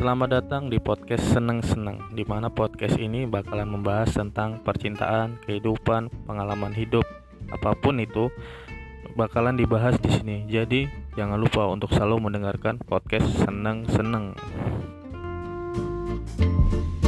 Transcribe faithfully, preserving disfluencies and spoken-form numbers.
selamat datang di podcast Seneng-Seneng, di mana podcast ini bakalan membahas tentang percintaan, kehidupan, pengalaman hidup, apapun itu bakalan dibahas di sini. Jadi jangan lupa untuk selalu mendengarkan podcast Seneng-Seneng.